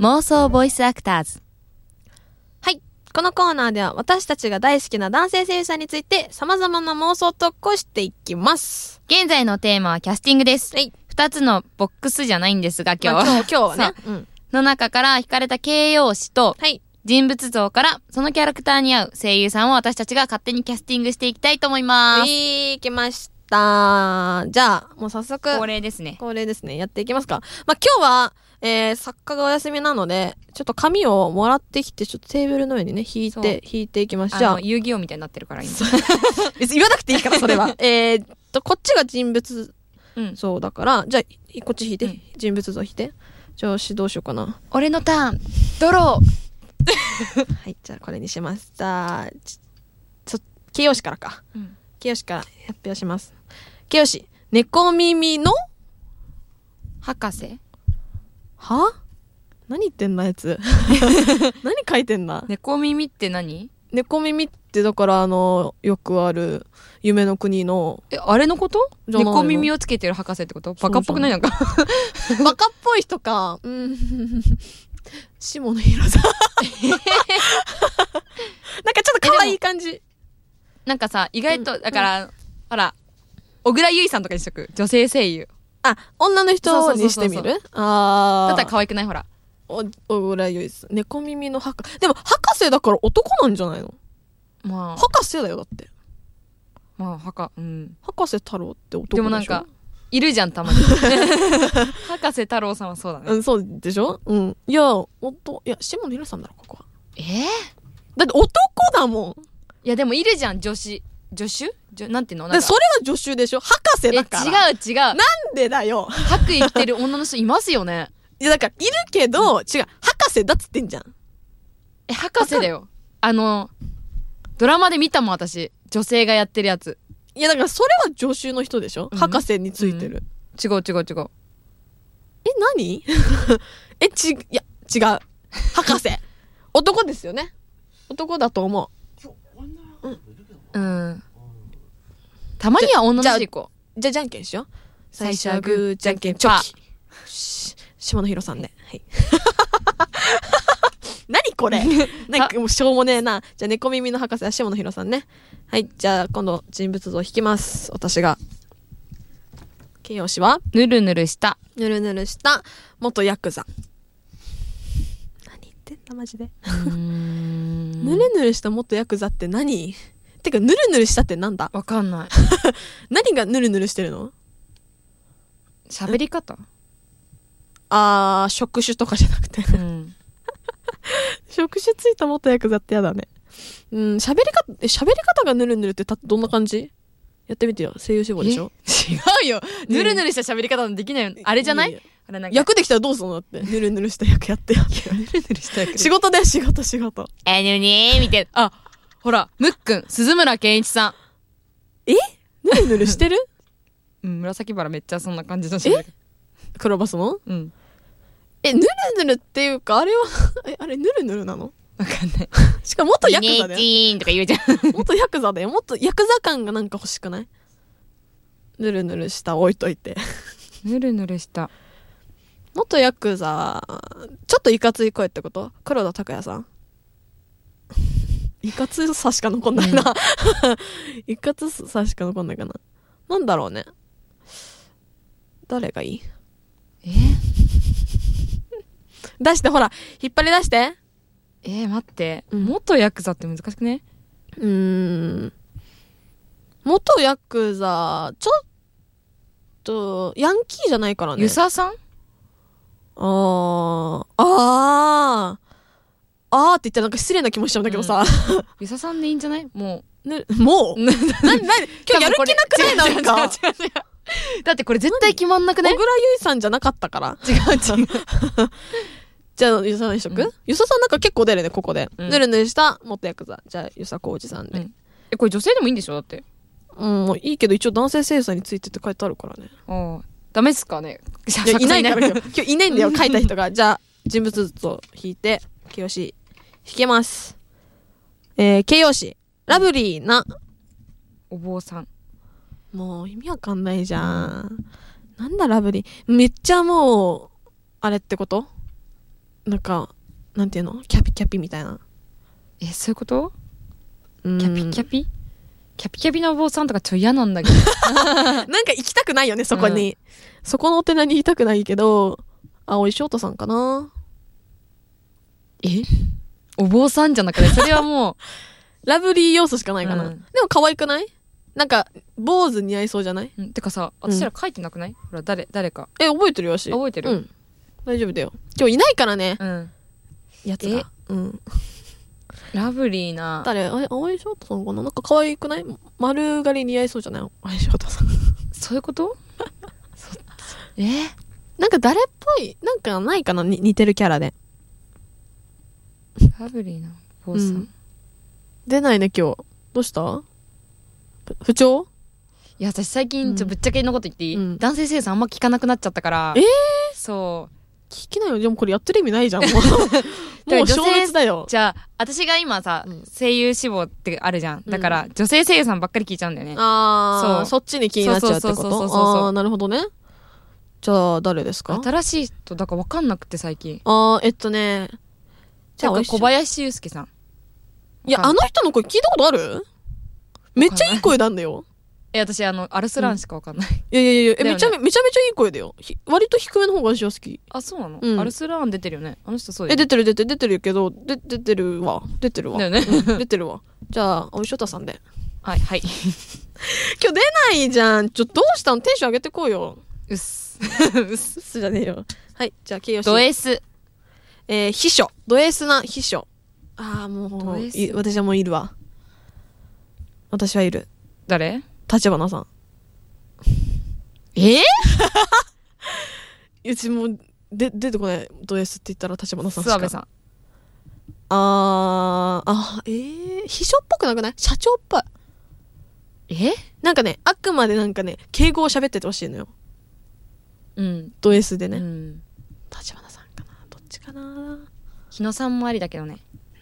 妄想ボイスアクターズ。 はい。このコーナーでは私たちが大好きな男性声優さんについて様々な妄想トークをしていきます。 現在のテーマはキャスティングです。 はい。 2つのボックスじゃないんですが、今日は。 今日はね。 うん。の中から引かれた形容詞と、 はい。 人物像からそのキャラクターに合う声優さんを私たちが勝手にキャスティングしていきたいと思います。 来ました。じゃあ、もう早速。 恒例ですね。 恒例ですね。やっていきますか。まあ、今日は、作家がお休みなので、ちょっと紙をもらってきて、ちょっとテーブルの上にね、引いていきましょう。じゃあ、 遊戯王みたいになってるから今。 別に言わなくていいから、それは。こっちが人物像だから、じゃあ、こっち引いて、人物像引いて。じゃあ、どうしようかな。 俺のターン、ドロー。 はい、じゃあこれにします。じゃあ、形容詞からか。形容詞から発表します。形容詞、猫耳の博士？ は？何言ってんな、やつ。何書いてんな。 猫耳って何？ 猫耳ってだからよくある夢の国の。 あれのこと？猫耳をつけてる博士ってこと？バカっぽくないなんか。 バカっぽい人か。下野紘さん。なんかちょっと可愛い感じ。 なんかさ、意外と、だから、ほら、小倉優衣さんとかにしとく。女性声優。 あ、女の人にしてみる？ああ。 だったら可愛くない？ほら。 小倉優衣さん。猫耳の博士。でも、博士だから男なんじゃないの？ まあ。 博士だよ、だって。 まあ、博士太郎って男でしょ？ でもなんか、いるじゃん、たまに。博士太郎さんはそうだね。 そうでしょ？いや、下野紘さんだろ、ここは。だって男だもん。 いや、でもいるじゃん、助手なんていうの？なんかそれは助手でしょ？博士だから。 違う。 なんでだよ。 白衣着てる女の人いますよね。 いや、だから、いるけど、違う。博士だっつってんじゃん。 博士だよ。ドラマで見たもん、私。女性がやってるやつ。 いや、だからそれは助手の人でしょ？博士についてる。 違う。 何？いや、違う。博士。男ですよね。男だと思う。 たまには女の人行こう。じゃあ、じゃんけんしよう。 最初はグー、じゃんけん、 チョキ。下野紘さんで。はい。何これ？なんかもうしょうもねえな。じゃあ、猫耳の博士は下野紘さんね。はい。じゃあ、今度人物像引きます。私が。形容詞は？ ぬるぬるした。 ぬるぬるした。元ヤクザ。何言ってんだ、マジで。ぬるぬるした元ヤクザって何？てか、ぬるぬるしたってなんだ？ わかんない。 何がぬるぬるしてるの？ 喋り方？ 職種とかじゃなくて。職種ついた元ヤクザってやだね。喋り方がぬるぬるってどんな感じ？やってみてよ。声優志望でしょ？ 違うよ。ぬるぬるした喋り方できないよ。あれじゃない？あれなんか役できたらどうすんのだって。ぬるぬるした役やってよ。 ぬるぬるした役。 仕事だよ、仕事。 みたいな。ほら、むっくん、鈴村健一さん。 ぬるぬるしてる？ 紫バラめっちゃそんな感じの喋り方。 黒バスの？ぬるぬるっていうか、あれは、あれぬるぬるなの？ わかんない。 しかも元ヤクザだよ。 チーンとか言うじゃん。 元ヤクザだよ。もっとヤクザ感がなんか欲しくない？ぬるぬるした置いといて。 ぬるぬるした。 元ヤクザ、ちょっといかつい声ってこと？黒田拓也さん？いかつさしか残んないな。いかつさしか残んないかな。なんだろうね。誰がいい？出して、ほら、引っ張り出して。 待って。元ヤクザって難しくね？ 元ヤクザ、ちょっと、ヤンキーじゃないからね。 ユサさん？ って言ったらなんか失礼な気もしちゃうんだけどさ。 ユサさんでいいんじゃない？もう。 今日やる気なくない？なんか。 だってこれ絶対決まんなくね？ 小倉優衣さんじゃなかったから。 違う。 じゃあ、ゆささんにしとく？ゆささんなんか結構出るね、ここで。ぬるぬるした元ヤクザ。じゃあ、ゆさこうじさんで。 これ女性でもいいんでしょ？だって。 もういいけど一応男性声優さんについてって書いてあるからね。 ダメっすかね？ いないから今日いないんだよ、書いた人が。じゃあ、人物像を引いて、形容詞、引けます。形容詞、ラブリーな。 お坊さん。 もう意味わかんないじゃん。なんだラブリー。めっちゃもう、あれってこと？ なんかなんていうの、キャピキャピみたいな。 そういうこと？ キャキャピキャピキャピキャピのお坊さんとかちょ嫌なんだけどなんか行きたくないよね、そこに、そこのお寺に行きたくないけど、青井翔太さんかな。 お坊さんじゃなくて、それはもラブリー要素しかないかな、 うんでも可愛くない？なんか坊主似合いそうじゃない？ てかさ、私ら書いてなくない？ほら、誰か。 覚えてるよし。 覚えてる？ うん。大丈夫だよ。今日いないからね。やつが。 ラブリーな。 誰？青井翔太さんかな？なんか可愛くない？丸刈り似合いそうじゃない？青井翔太さん。 そういうことなんか誰っぽい、なんかないかな？似てるキャラで。 ラブリーなお坊さん。 出ないね、今日。どうした？不調？ いや、私最近、ぶっちゃけのこと言っていい？男性声優さんあんま聞かなくなっちゃったから。そう。 聞きなよ。でもこれやってる意味ないじゃん。もう消滅だよ。 じゃあ、私が今さ、声優志望ってあるじゃん。だから、女性声優さんばっかり聞いちゃうんだよね。 そっちに気になっちゃうってこと？なるほどね。じゃあ、誰ですか？ 新しい人、だから分かんなくて最近。 じゃあ、 小林祐介さん。 いや、あの人の声聞いたことある？めっちゃいい声なんだよ。 私、アルスランしかわかんない。 いや、めちゃめちゃいい声だよ。割と低めの方が私は好き。 あ、そうなの？アルスラン出てるよね。あの人そうだよ。 出てるけど、出てるわ。だよね。出てるわ。じゃあ、青井翔太さんで。 はい。今日出ないじゃん。どうしたの？テンション上げてこうよ。 うっすじゃねえよ。はい、じゃあ、形容詞。 ド S。 秘書。ド S な秘書。もう、私はもういるわ。私はいる。 誰？ 立花さん。うちもう出てこない。ド S って言ったら立花さんしか。 諏訪部さん。 秘書っぽくなくない？社長っぽい。なんかね、あくまでなんかね、敬語を喋っててほしいのよ。ド S でね。立花さんかな？どっちかな？ 日野さんもありだけどね。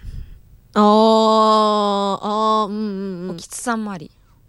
おきつさんもあり。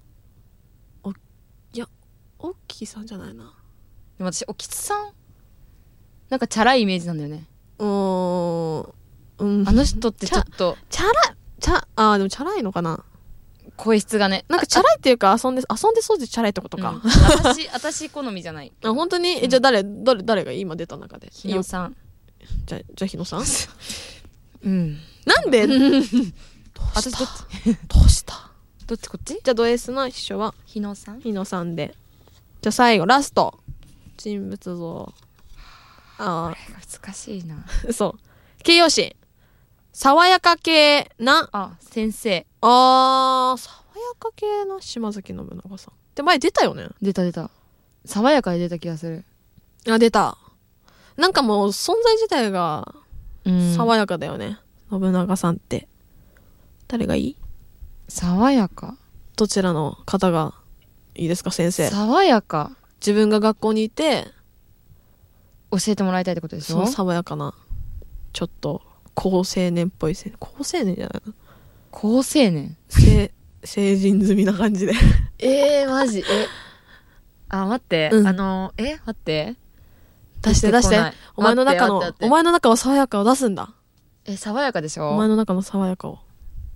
おっきいさんじゃないな。 でも私、おきつさんなんかチャラいイメージなんだよね。あの人ってちょっと。 でもチャラいのかな？ 声質がね。 なんかチャラいっていうか遊んでそうでチャラいってことか。 私好みじゃない。 本当に？じゃあ誰が今出た中で？ 日野さん。 じゃあ日野さん？なんで？ 私どうしたどっちこっち？ じゃあド S の秘書は日野さん？ 日野さんで。じゃあ最後ラスト人物像。 これが難しいな。 そう。形容詞。爽やか系な。 先生。 爽やか系な島崎信長さん。で前出たよね。 出た。爽やかで出た気がする。 出た。なんかもう存在自体が爽やかだよね。信長さんって。誰がいい？ 爽やか。 どちらの方がいいですか、先生。 爽やか。 自分が学校にいて教えてもらいたいってことでしょ？ そう、爽やかな、ちょっと高青年っぽい高青年じゃないな。 高青年？ 成人済みな感じで。 マジ？待って。待って。 出して。お前の中は爽やかを出すんだ。 爽やかでしょ？ お前の中の爽やかを。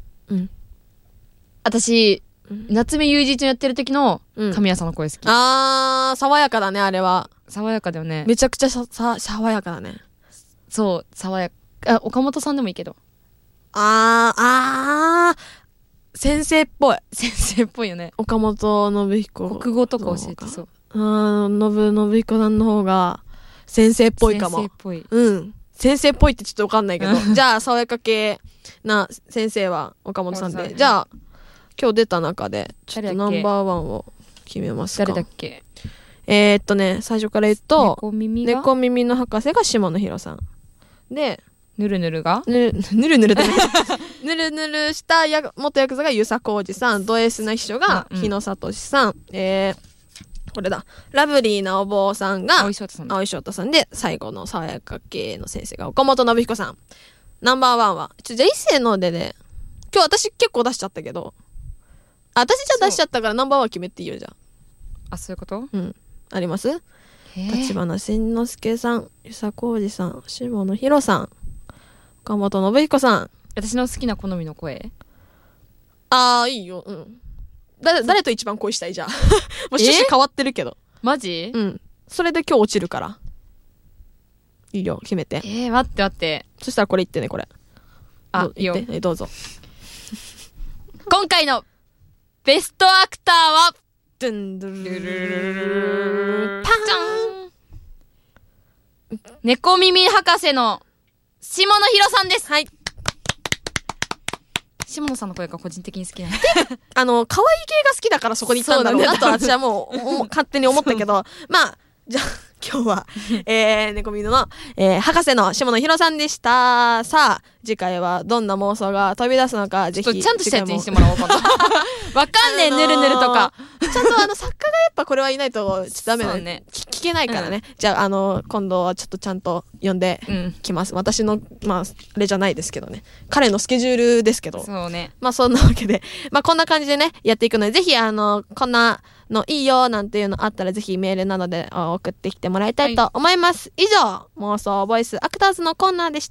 私、夏目友人とやってる時の神谷さんの声好き。 爽やかだね、あれは。 爽やかだよね。 めちゃくちゃ爽やかだね。 そう、爽やか。岡本さんでもいいけど。 先生っぽい。 先生っぽいよね。 岡本信彦。 国語とか教えてそう。 信彦さんの方が先生っぽいかも。 先生っぽい。 先生っぽいってちょっとわかんないけど。じゃあ、爽やか系な先生は岡本さんで。じゃあ、今日出た中で、ちょっとナンバーワンを決めますか。 誰だっけ？ 最初から言うと、 猫耳の博士が島野博さん。で、 ぬるぬるがぬるぬるだね。ぬるぬるした元ヤクザが遊佐浩二さん。ド S な秘書が日野聡さん。これだ。ラブリーなお坊さんが青井翔太さんで、最後の爽やか系の先生が岡本信彦さん。ナンバーワンは、じゃあ一斉のでね、今日私結構出しちゃったけど、私じゃ出しちゃったからナンバーワン決めていいよ、じゃあ。 そういうこと？ あります？立花慎之介さん、遊佐浩二さん、下野紘さん。 岡本信彦さん。 私の好きな好みの声。 いいよ。うん。誰と一番恋したいじゃん。もう趣旨変わってるけど。 マジ？ うん。それで今日落ちるから。いいよ、決めて。 待って。 そしたらこれ言ってね、これ。 いいよ。 どうぞ。 今回のベストアクターは、 ドゥンドゥルルルパン。猫耳博士の下野紘さんです。 はい。 下野さんの声が個人的に好きなんで。 可愛い系が好きだからそこに行ったんだろうなと私はもう勝手に思ったけど、まあ、じゃあ今日は、猫耳の、博士の下野紘さんでした。さあ、次回はどんな妄想が飛び出すのか、ぜひ。 ちゃんとしたやつにしてもらおうかな。わかんねえ、ぬるぬるとか。 ちゃんと作家がやっぱこれはいないとダメだね。聞けないからね。じゃあ、今度はちょっとちゃんと呼んできます。私の、あれじゃないですけどね。彼のスケジュールですけど。 そうね。 そんなわけで。こんな感じでね、やっていくので、ぜひ、こんなのいいよなんていうのあったら、ぜひメールなどで送ってきてもらいたいと思います。以上、妄想ボイスアクターズのコーナーでした。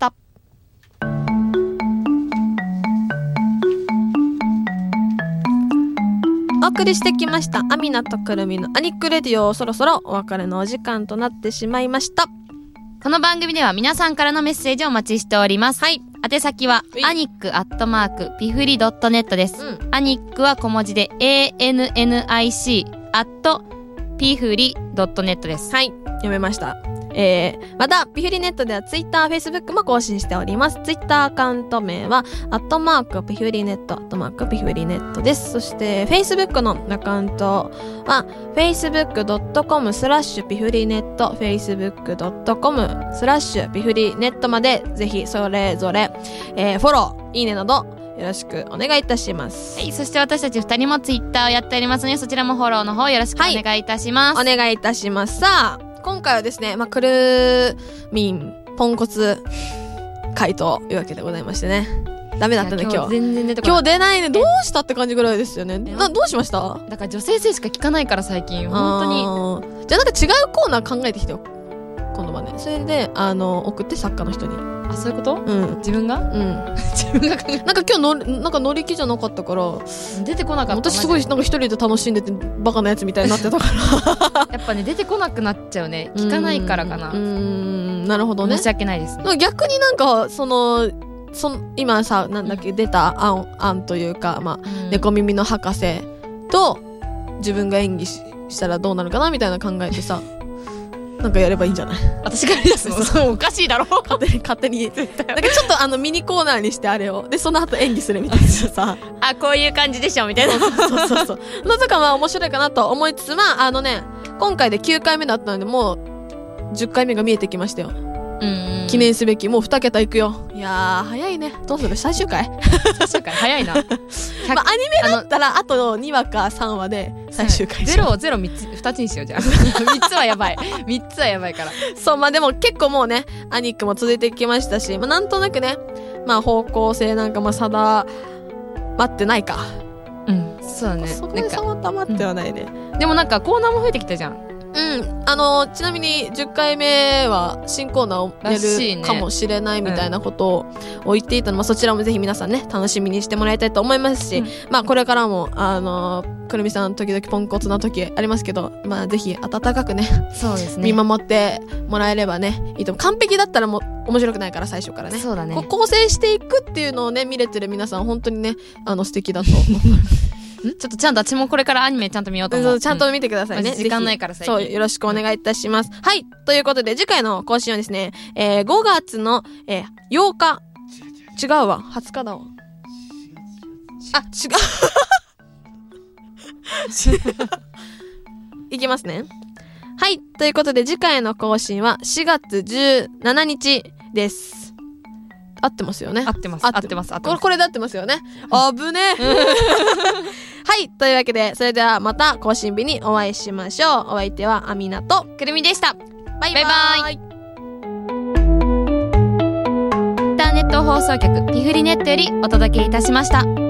お送りしてきましたアミナとくるみのアニックレディオ、そろそろお別れのお時間となってしまいました。 この番組では皆さんからのメッセージをお待ちしております。はい。宛先はアニック@pifuri.net です。アニックは小文字で ANNIC@pifuri.net です。 はい。読めました。また、ピフリネットではツイッター、フェイスブックも更新しております。ツイッターアカウント名は、ピフリネット、ピフリネットです。そして、フェイスブックのアカウントは、facebook.com/ピフリネット、facebook.com/ピフリネットまで、ぜひそれぞれ、フォロー、いいねなど、よろしくお願いいたします。 はい、そして私たち2人もツイッターをやっておりますので、そちらもフォローの方よろしくお願いいたします。 はい、お願いいたします。さあ、今回はですね、くるみんポンコツ回というわけでございましてね。ダメだったね、今日。 全然出てこない。 今日出ないね。どうしたって感じぐらいですよね。どうしました？ だから女性性しか聞かないから最近。本当に。 じゃあなんか違うコーナー考えてきてよ。今度はね。それで、送って作家の人に。 あ、そういうこと？ うん。 自分が？うん。自分が考えて。 なんか今日なんか乗り気じゃなかったから、 出てこなかった。 私すごいなんか一人で楽しんでてバカなやつみたいになってたから。 やっぱね、出てこなくなっちゃうね。聞かないからかな。 なるほどね。 申し訳ないです。 逆になんか、今さ、なんだっけ、出た案というか、猫耳の博士と自分が演技したらどうなるかなみたいな考えてさ、なんかやればいいんじゃない？ 私がやりだすの？そう、おかしいだろ。 勝手に。なんかちょっとミニコーナーにしてあれを。で、その後演技するみたいなさ。 あ、こういう感じでしょみたいな。 そう。のとか面白いかなと思いつつ、今回で9回目だったので、もう10回目が見えてきましたよ。記念すべき、もう2桁いくよ。いやー、早いね。どうする？最終回早いな。アニメだったら、あと2話か3話で最終回。 0を2つにしよう、じゃあ。3つはやばい。3つはやばいから。 そう、でも結構もうね、アニックも続いてきましたし、なんとなくね、方向性なんか定まってないか。 うん、そうだね。 そこで定まってはないね。 でもなんかコーナーも増えてきたじゃん。 ちなみに10回目は新コーナーをやるかもしれないみたいなことを言っていたので、そちらもぜひ皆さんね、楽しみにしてもらいたいと思いますし、これからも、くるみさん時々ポンコツな時ありますけど、ぜひ温かくね、 そうですね。 見守ってもらえればね、いいと思う。完璧だったらもう面白くないから最初からね。 そうだね。 構成していくっていうのをね、見れてる皆さん本当にね、素敵だと思う。 ちょっとちゃんと私もこれからアニメちゃんと見ようと思う。 ちゃんと見てくださいね。 時間ないから最近。 そう、よろしくお願いいたします。はい。ということで、次回の更新はですね、5月の、8日。違うわ。20日だわ。あ、違う。いきますね。はい。ということで、次回の更新は4月17日です。合ってますよね。 合ってます。 これで合ってますよね。あぶねはい。というわけで、それではまた更新日にお会いしましょう。お相手はアミナとくるみでした。 バイバイ。 インターネット放送局ピフリネットよりお届けいたしました。